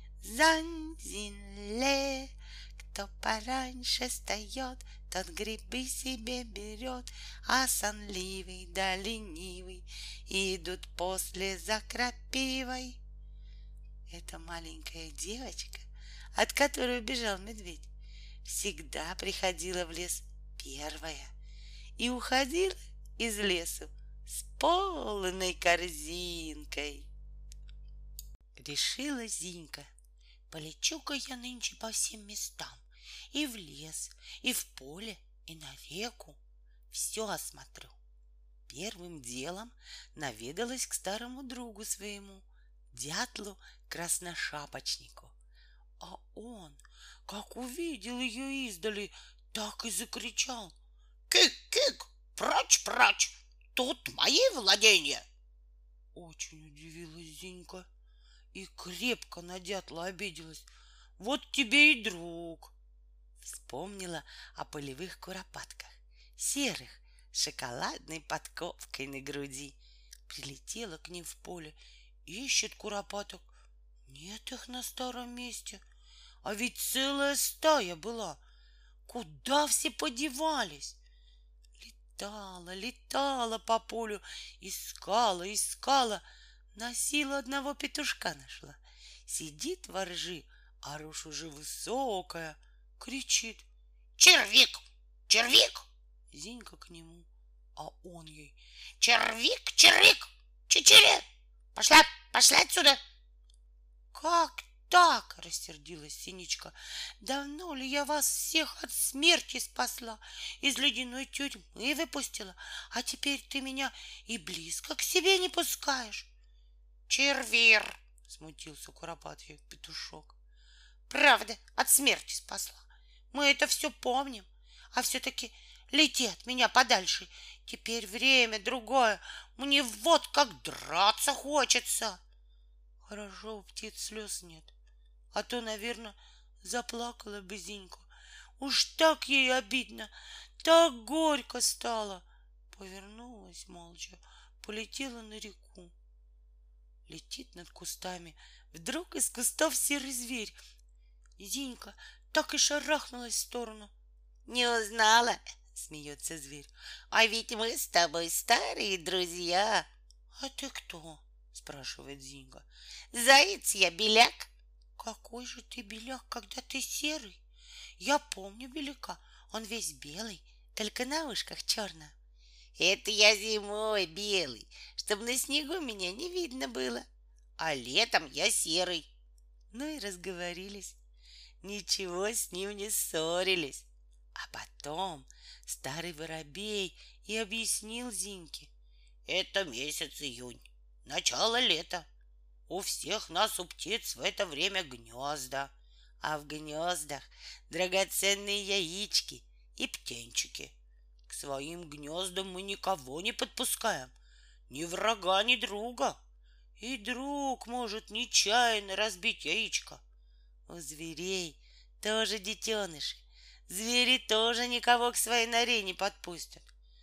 зань-зинь-ле, кто пораньше встает, тот грибы себе берет, а сонливый да ленивый идут после за крапивой». Эта маленькая девочка, от которой убежал медведь, всегда приходила в лес первая и уходила из лесу с полной корзинкой. Решила Зинька: полечу-ка я нынче по всем местам, и в лес, и в поле, и на реку. Все осмотрю. Первым делом наведалась к старому другу своему, дятлу Красношапочнику. А он, как увидел ее издали, так и закричал: «Кик-кик! Прочь, прочь! Тут мои владения!» Очень удивилась Зинька и крепко на дятла обиделась. Вот тебе и друг. Вспомнила о полевых куропатках, серых, с шоколадной подковкой на груди. Прилетела к ним в поле, ищет куропаток. Нет их на старом месте, а ведь целая стая была. Куда все подевались? Летала, летала по полю, искала, искала. На силу одного петушка нашла. Сидит во ржи, а рожь уже высокая. Кричит: «Червик! Червик!» Зинька к нему, а он ей: «Червик! Червик! Чечере! Пошла, пошла отсюда!» «Как так?» — рассердилась Синичка. «Давно ли я вас всех от смерти спасла, из ледяной тюрьмы выпустила, а теперь ты меня и близко к себе не пускаешь?» «Червир!» — смутился куропатый петушок. «Правда, от смерти спасла. Мы это все помним, а все-таки лети от меня подальше. Теперь время другое, мне вот как драться хочется». Хорошо, у птиц слез нет, а то, наверное, заплакала бы Зинька. Уж так ей обидно, так горько стало. Повернулась молча, полетела на реку. Летит над кустами, вдруг из кустов серый зверь. Зинька так и шарахнулась в сторону. «Не узнала?» — смеется зверь. «А ведь мы с тобой старые друзья». «А ты кто?» — спрашивает Зинька. «Заяц я, Беляк». «Какой же ты беляк, когда ты серый? Я помню беляка, он весь белый, только на ушках черно». «Это я зимой белый, чтобы на снегу меня не видно было, а летом я серый». Ну и разговорились. Ничего с ним не ссорились. А потом старый воробей и объяснил Зиньке: «Это месяц июнь, начало лета. У всех нас, у птиц, в это время гнезда, а в гнездах драгоценные яички и птенчики. К своим гнездам мы никого не подпускаем, ни врага, ни друга. И друг может нечаянно разбить яичко. У зверей тоже детеныши. Звери тоже никого к своей норе не подпустят.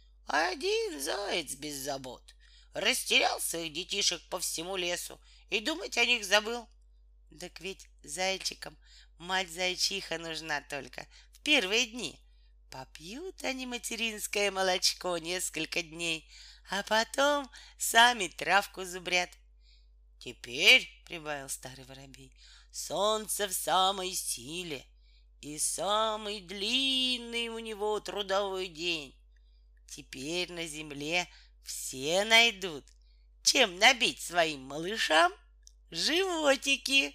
Один заяц без забот растерял своих детишек по всему лесу и думать о них забыл. Так ведь зайчикам мать зайчиха нужна только в первые дни. Попьют они материнское молочко несколько дней, а потом сами травку зубрят. Теперь, — прибавил старый воробей, — солнце в самой силе, и самый длинный у него трудовой день. Теперь на земле все найдут, чем набить своим малышам животики.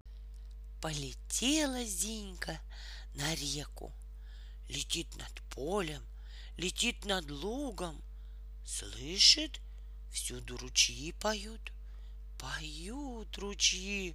Полетела Зинька на реку. Летит над полем, летит над лугом. Слышит, всюду ручьи поют. Поют ручьи,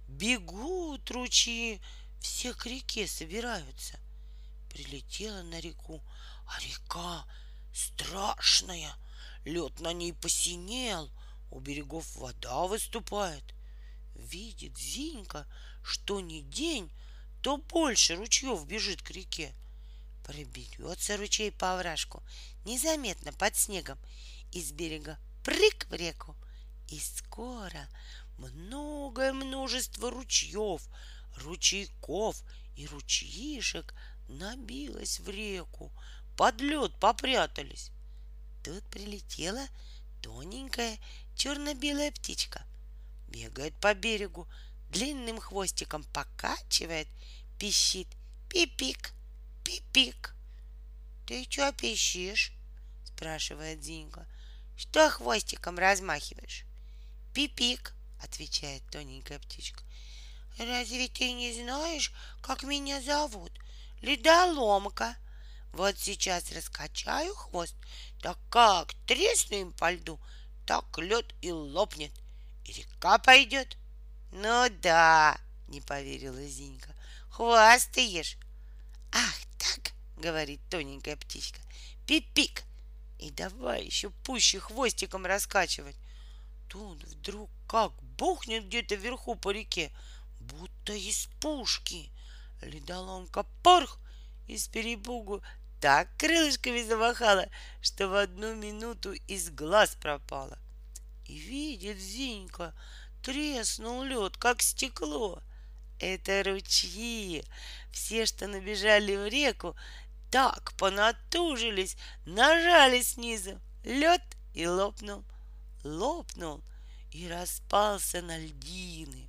бегут ручьи, все к реке собираются. Прилетела на реку, а река страшная, лед на ней посинел, у берегов вода выступает. Видит Зинька, что ни день, то больше ручьев бежит к реке. Проберется ручей по овражку незаметно под снегом, и с берега прыг в реку. И скоро многое множество ручьев, ручейков и ручьишек набилось в реку, под лед попрятались. Тут прилетела тоненькая черно-белая птичка. Бегает по берегу, длинным хвостиком покачивает, пищит: пипик, пипик. Ты чё пищишь? Спрашивает Зинька. Что хвостиком размахиваешь? Пипик, отвечает тоненькая птичка. Разве ты не знаешь, как меня зовут? Ледоломка. Вот сейчас раскачаю хвост, так как тресну им по льду, так лед и лопнет, и река пойдет. Ну да, не поверила Зинька, хвастаешь. Ах так, говорит тоненькая птичка, пипик. И давай еще пуще хвостиком раскачивать. Тут вдруг как бухнет где-то вверху по реке, будто из пушки. Ледоломка порх, и с перепугу так крылышками замахала, что в одну минуту из глаз пропала. И видит Зинька, треснул лед, как стекло. Это ручьи. Все, что набежали в реку, так понатужились, нажали снизу. Лед и лопнул. Лопнул и распался на льдины,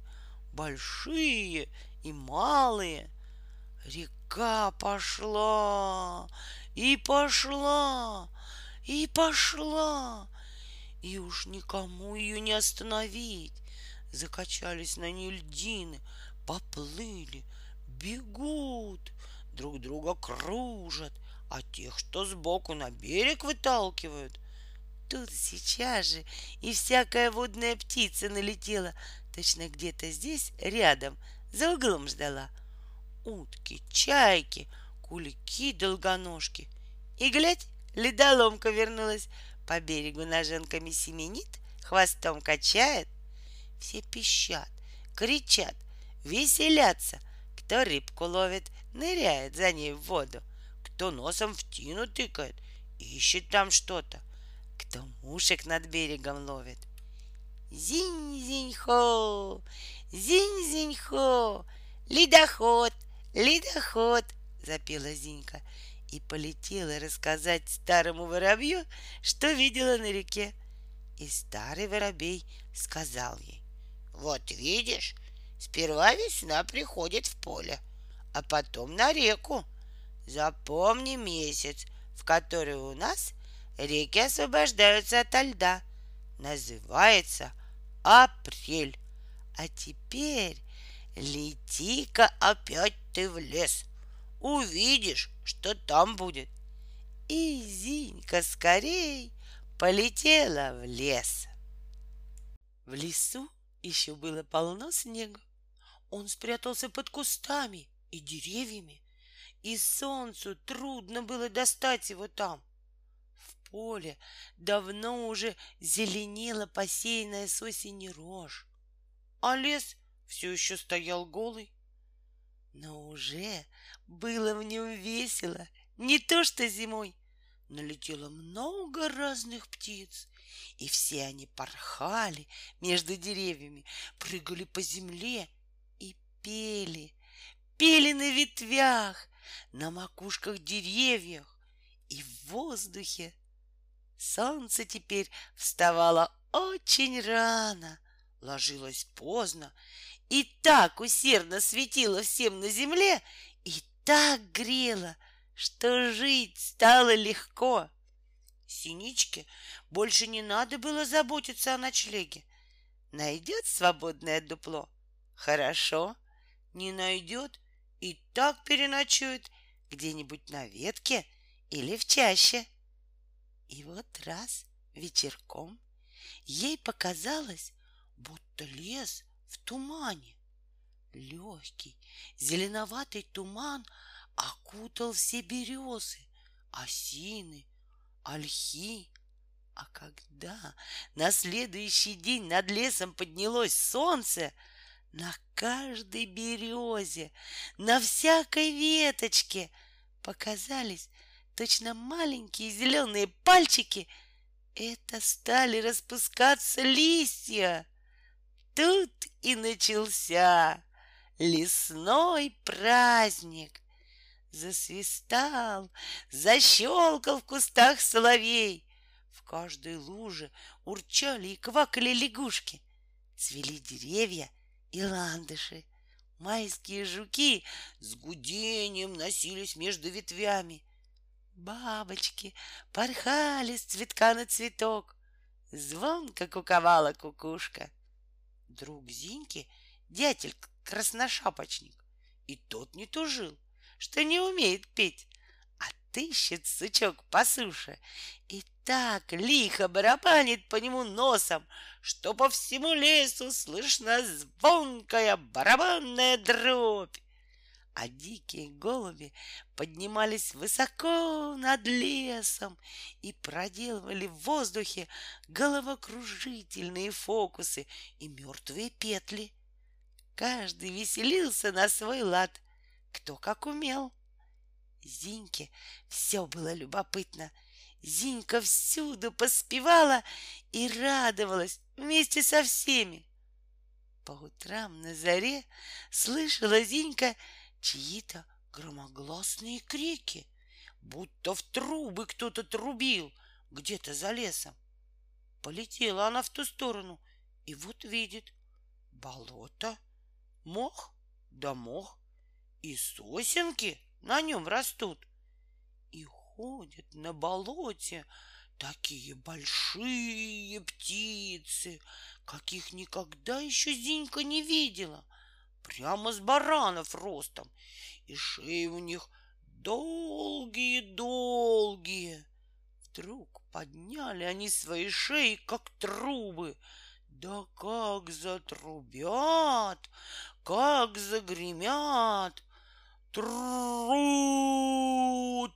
большие и малые. Река пошла и пошла и пошла, и уж никому ее не остановить. Закачались на ней льдины, поплыли, бегут, друг друга кружат, а тех, что сбоку, на берег выталкивают. Тут сейчас же и всякая водная птица налетела, точно где-то здесь рядом, за углом ждала. Утки, чайки, кулики, долгоножки. И глядь, ледоломка вернулась, по берегу ножонками семенит, хвостом качает. Все пищат, кричат, веселятся. Кто рыбку ловит, ныряет за ней в воду. Кто носом в тину тыкает, ищет там что-то. Кто мушек над берегом ловит. Зинь-зинь-хо, зинь-зинь-хо, ледоход, ледоход, запела Зинька и полетела рассказать старому воробью, что видела на реке. И старый воробей сказал ей: вот видишь, сперва весна приходит в поле, а потом на реку. Запомни месяц, в который у нас реки освобождаются ото льда. Называется апрель. А теперь лети-ка опять ты в лес. Увидишь, что там будет. И Зинька скорей полетела в лес. В лесу еще было полно снега. Он спрятался под кустами и деревьями, и солнцу трудно было достать его там. В поле давно уже зеленела посеянная с осени рожь, а лес все еще стоял голый. Но уже было в нем весело, не то что зимой. Налетело много разных птиц, и все они порхали между деревьями, прыгали по земле и пели, пели на ветвях, на макушках деревьев и в воздухе. Солнце теперь вставало очень рано, ложилось поздно и так усердно светило всем на земле и так грело, что жить стало легко. Синичке больше не надо было заботиться о ночлеге. Найдет свободное дупло — хорошо, не найдет и так переночует где-нибудь на ветке или в чаще. И вот раз вечерком ей показалось, будто лес в тумане. Легкий зеленоватый туман окутал все березы, осины, ольхи. А когда на следующий день над лесом поднялось солнце, на каждой березе, на всякой веточке показались точно маленькие зеленые пальчики. Это стали распускаться листья. Тут и начался лесной праздник. Засвистал, защелкал в кустах соловей. В каждой луже урчали и квакали лягушки. Цвели деревья и ландыши. Майские жуки с гудением носились между ветвями. Бабочки порхали с цветка на цветок. Звонко куковала кукушка. Друг Зиньки, дятел красношапочник, и тот не тужил, что не умеет петь, а тыщет сучок по суше и так лихо барабанит по нему носом, что по всему лесу слышна звонкая барабанная дробь. А дикие голуби поднимались высоко над лесом и проделывали в воздухе головокружительные фокусы и мертвые петли. Каждый веселился на свой лад, кто как умел. Зиньке все было любопытно. Зинька всюду поспевала и радовалась вместе со всеми. По утрам на заре слышала Зинька чьи-то громогласные крики, будто в трубы кто-то трубил где-то за лесом. Полетела она в ту сторону и вот видит: болото, мох да мох, и сосенки на нем растут. И ходят на болоте такие большие птицы, каких никогда еще Зинька не видела, прямо с баранов ростом, и шеи у них долгие-долгие. Вдруг подняли они свои шеи, как трубы, да как затрубят, как загремят: тру,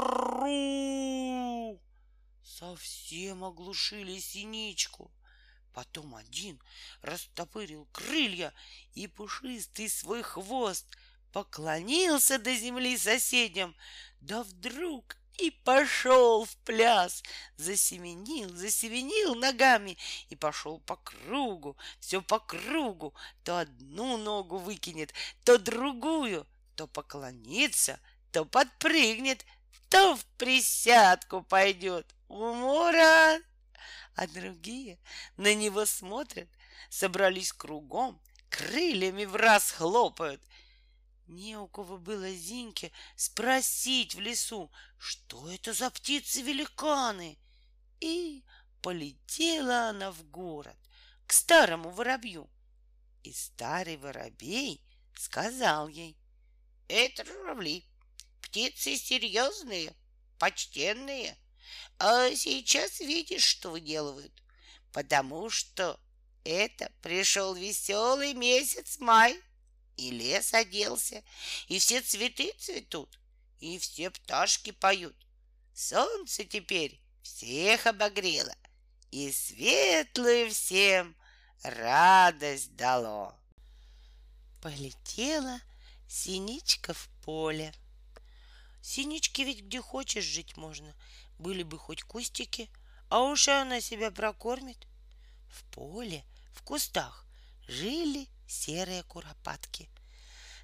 тру! Совсем оглушили синичку. Потом один растопырил крылья и пушистый свой хвост поклонился до земли соседям, да вдруг и пошел в пляс, засеменил ногами и пошел по кругу, все по кругу, то одну ногу выкинет, то другую, то поклонится, то подпрыгнет, то в присядку пойдет. Умора! А другие на него смотрят, собрались кругом, крыльями враз хлопают. Не у кого было Зиньке спросить в лесу, что это за птицы-великаны. И полетела она в город к старому воробью. И старый воробей сказал ей: это журавли, птицы серьезные, почтенные. А сейчас видишь, что выделывают, потому что это пришел веселый месяц май, и лес оделся, и все цветы цветут, и все пташки поют. Солнце теперь всех обогрело, и светлую всем радость дало. Полетела синичка в поле. Синичке ведь где хочешь жить можно, были бы хоть кустики, а уж она себя прокормит. В поле, в кустах жили серые куропатки.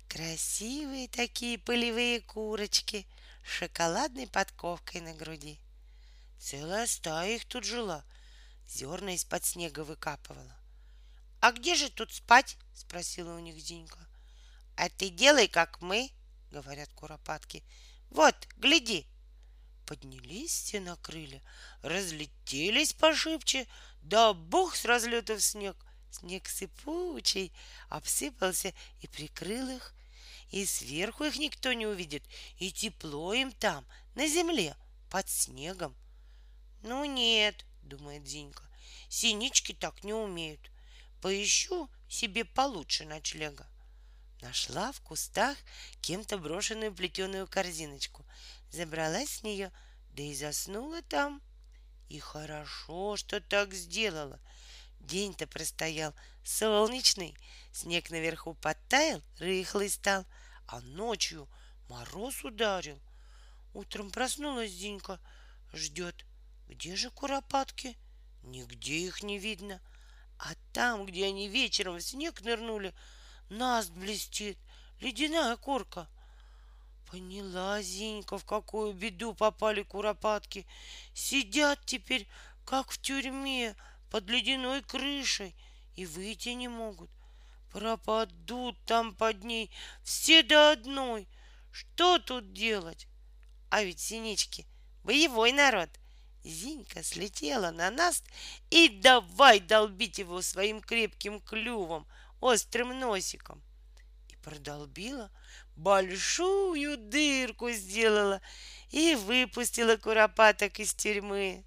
Красивые такие полевые курочки с шоколадной подковкой на груди. Целая стая их тут жила, зерна из-под снега выкапывала. «А где же тут спать?» — спросила у них Зинька. «А ты делай, как мы», — говорят куропатки. «Вот, гляди». Поднялись все на крылья, разлетелись пошибче, да бух с разлета в снег. Снег сыпучий обсыпался и прикрыл их, и сверху их никто не увидит, и тепло им там, на земле, под снегом. Ну нет, думает Зинька, синички так не умеют. Поищу себе получше ночлега. Нашла в кустах кем-то брошенную плетеную корзиночку, забралась в нее, да и заснула там. И хорошо, что так сделала. День-то простоял солнечный, снег наверху подтаял, рыхлый стал, а ночью мороз ударил. Утром проснулась Зинька, ждет. Где же куропатки? Нигде их не видно. А там, где они вечером в снег нырнули, наст блестит, ледяная корка. Поняла Зинька, в какую беду попали куропатки. Сидят теперь, как в тюрьме, под ледяной крышей, и выйти не могут. Пропадут там под ней все до одной. Что тут делать? А ведь синички — боевой народ. Зинька слетела на наст и давай долбить его своим крепким клювом, острым носиком. И продолбила, большую дырку сделала и выпустила куропаток из тюрьмы.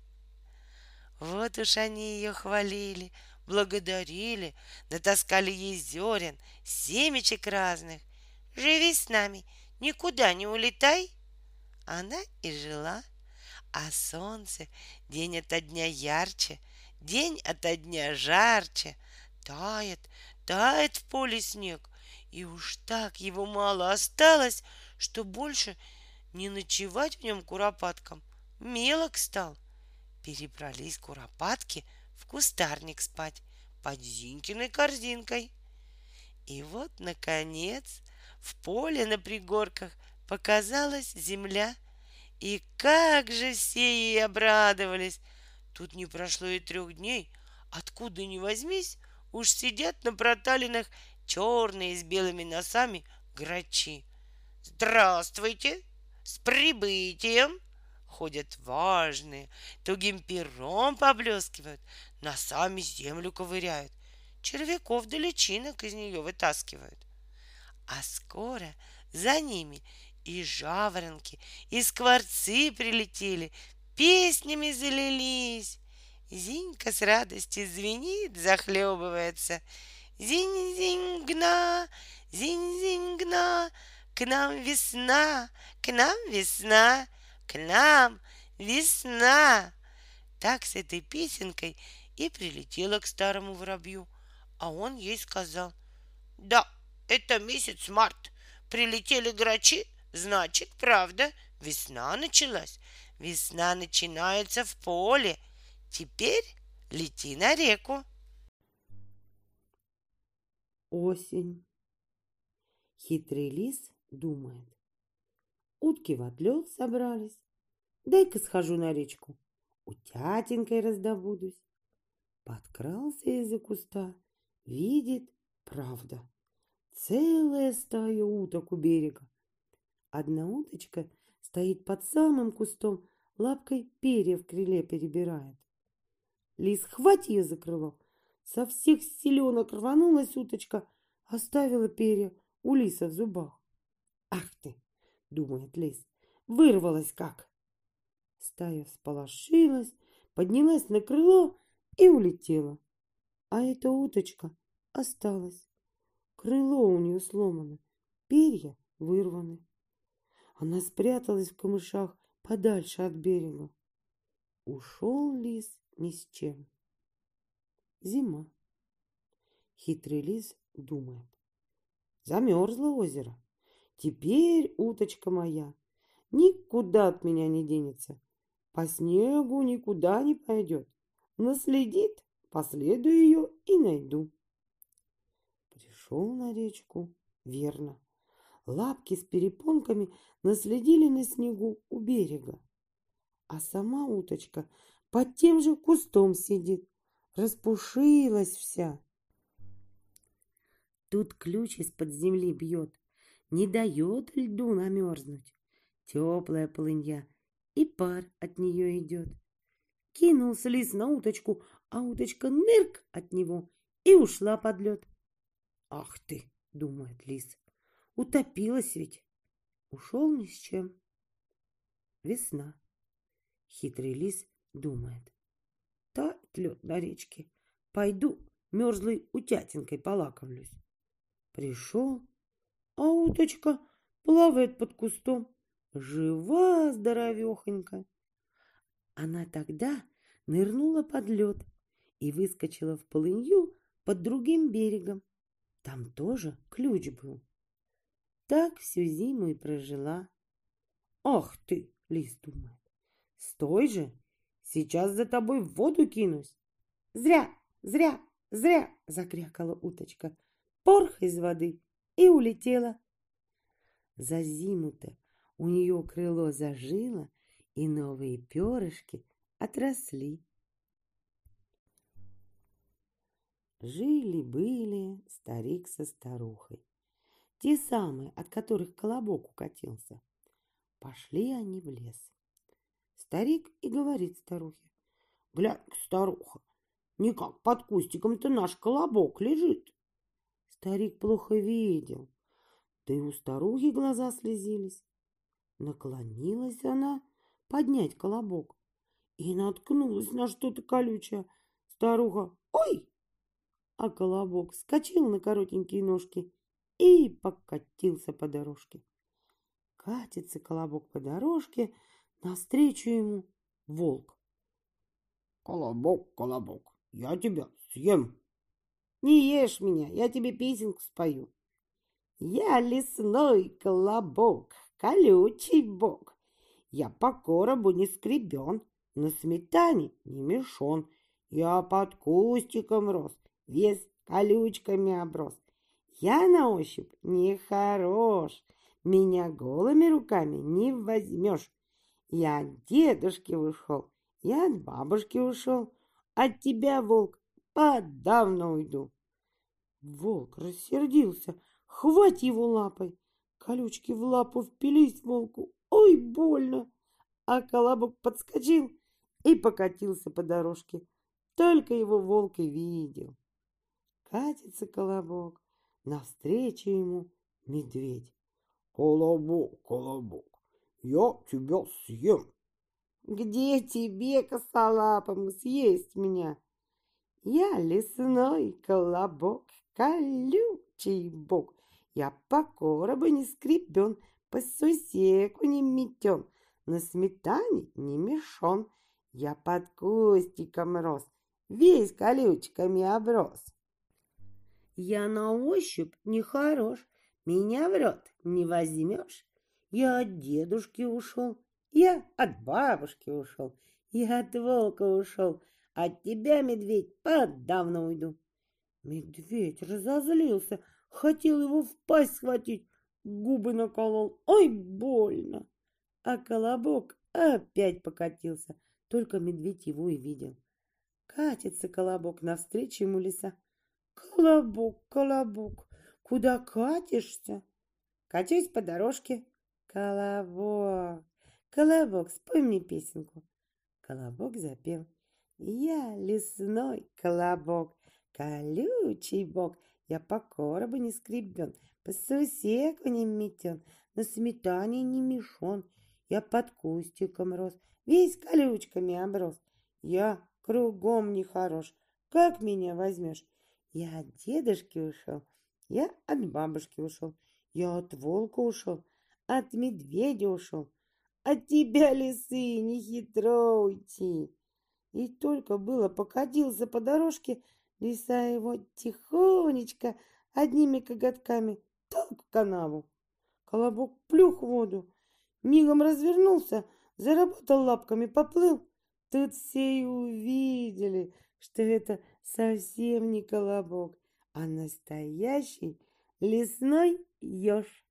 Вот уж они ее хвалили, благодарили, натаскали ей зерен, семечек разных. Живи с нами, никуда не улетай. Она и жила, а солнце день ото дня ярче, день ото дня жарче. Тает, тает в поле снег, и уж так его мало осталось, что больше не ночевать в нем куропаткам. Мелок стал. Перебрались куропатки в кустарник спать под Зинькиной корзинкой. И вот, наконец, в поле на пригорках показалась земля. И как же все ей обрадовались! Тут не прошло и 3 дней. Откуда ни возьмись, уж сидят на проталинах черные с белыми носами грачи. «Здравствуйте! С прибытием!» Ходят важные, тугим пером поблескивают, носами землю ковыряют, червяков да личинок из нее вытаскивают. А скоро за ними и жаворонки, и скворцы прилетели, песнями залились. Зинька с радостью звенит, захлебывается. Зинь-зинь-гна, зинь-зинь-гна, к нам весна, к нам весна, к нам весна. Так с этой песенкой и прилетела к старому воробью, а он ей сказал: «Да, это месяц март. Прилетели грачи, значит, правда, весна началась. Весна начинается в поле. Теперь лети на реку». Осень. Хитрый лис думает. Утки в отлет собрались. Дай-ка схожу на речку, утятинкой раздобудусь. Подкрался из-за куста, видит, правда, целая стая уток у берега. Одна уточка стоит под самым кустом, лапкой перья в крыле перебирает. Лис хвать ее за крыло. Со всех силенок рванулась уточка, оставила перья у лиса в зубах. «Ах ты!» — думает лис. «Вырвалась как!» Стая всполошилась, поднялась на крыло и улетела. А эта уточка осталась. Крыло у нее сломано, перья вырваны. Она спряталась в камышах подальше от берега. Ушел лис ни с чем. Зима. Хитрый лис думает. Замерзло озеро. Теперь уточка моя никуда от меня не денется. По снегу никуда не пойдет. Наследит, последую ее и найду. Пришел на речку, верно. Лапки с перепонками наследили на снегу у берега. А сама уточка под тем же кустом сидит, распушилась вся. Тут ключ из-под земли бьет, не дает льду намерзнуть. Теплая полынья, и пар от нее идет. Кинулся лис на уточку, а уточка нырк от него и ушла под лед. «Ах ты!» — думает лис. «Утопилась ведь!» Ушел ни с чем. Весна. Хитрый лис думает. Тает лед на речке. Пойду мерзлой утятинкой полакомлюсь. Пришел, а уточка плавает под кустом. Жива здоровехонька. Она тогда нырнула под лед и выскочила в полынью под другим берегом. Там тоже ключ был. Так всю зиму и прожила. Ах ты, лис думает, стой же, сейчас за тобой в воду кинусь. Зря, зря, зря, закрякала уточка. Порх из воды и улетела. За зиму-то у нее крыло зажило, и новые перышки отросли. Жили-были старик со старухой, те самые, от которых колобок укатился. Пошли они в лес. Старик и говорит старухе: «Глянь-ка, старуха, никак под кустиком-то наш колобок лежит». Старик плохо видел, да и у старухи глаза слезились. Наклонилась она поднять колобок и наткнулась на что-то колючее. Старуха: «Ой!» А колобок вскочил на коротенькие ножки и покатился по дорожке. Катится колобок по дорожке, навстречу ему волк. «Колобок, колобок, я тебя съем!» «Не ешь меня, я тебе песенку спою!» «Я лесной колобок, колючий бок, я по коробу не скребен, на сметане не мешон, я под кустиком рос, весь колючками оброс. Я на ощупь нехорош, меня голыми руками не возьмешь. Я от дедушки ушел, я от бабушки ушел, от тебя, волк, подавно уйду». Волк рассердился. Хвать его лапой. Колючки в лапу впились волку. Ой, больно! А колобок подскочил и покатился по дорожке. Только его волк и видел. Катится колобок, навстречу ему медведь. «Колобок, колобок, я тебя съем!» «Где тебе, косолапому, съесть меня? Я лесной колобок, колючий бок, я по коробу не скребен, по сусеку не метен, на сметане не мешон, я под кустиком рос, весь колючками оброс. Я на ощупь нехорош, меня в рот не возьмешь. Я от дедушки ушел, я от бабушки ушел, я от волка ушел, от тебя, медведь, подавно уйду». Медведь разозлился, хотел его в пасть схватить, губы наколол. Ой, больно! А колобок опять покатился, только медведь его и видел. Катится колобок навстречу ему лиса. «Колобок, колобок, куда катишься?» «Катюсь по дорожке». «Колобок, колобок, спой мне песенку». Колобок запел: «Я лесной колобок, колючий бок, я по коробу не скребен, по сусеку не метен, на сметане не мешон, я под кустиком рос, весь колючками оброс. Я кругом нехорош, как меня возьмешь? Я от дедушки ушел, я от бабушки ушел, я от волка ушел, от медведя ушел, от тебя, лисы, не хитро уйти». И только было покатился по дорожке, лиса его тихонечко одними коготками толк в канаву. Колобок плюх в воду, мигом развернулся, заработал лапками, поплыл. Тут все и увидели, что это совсем не колобок, а настоящий лесной еж.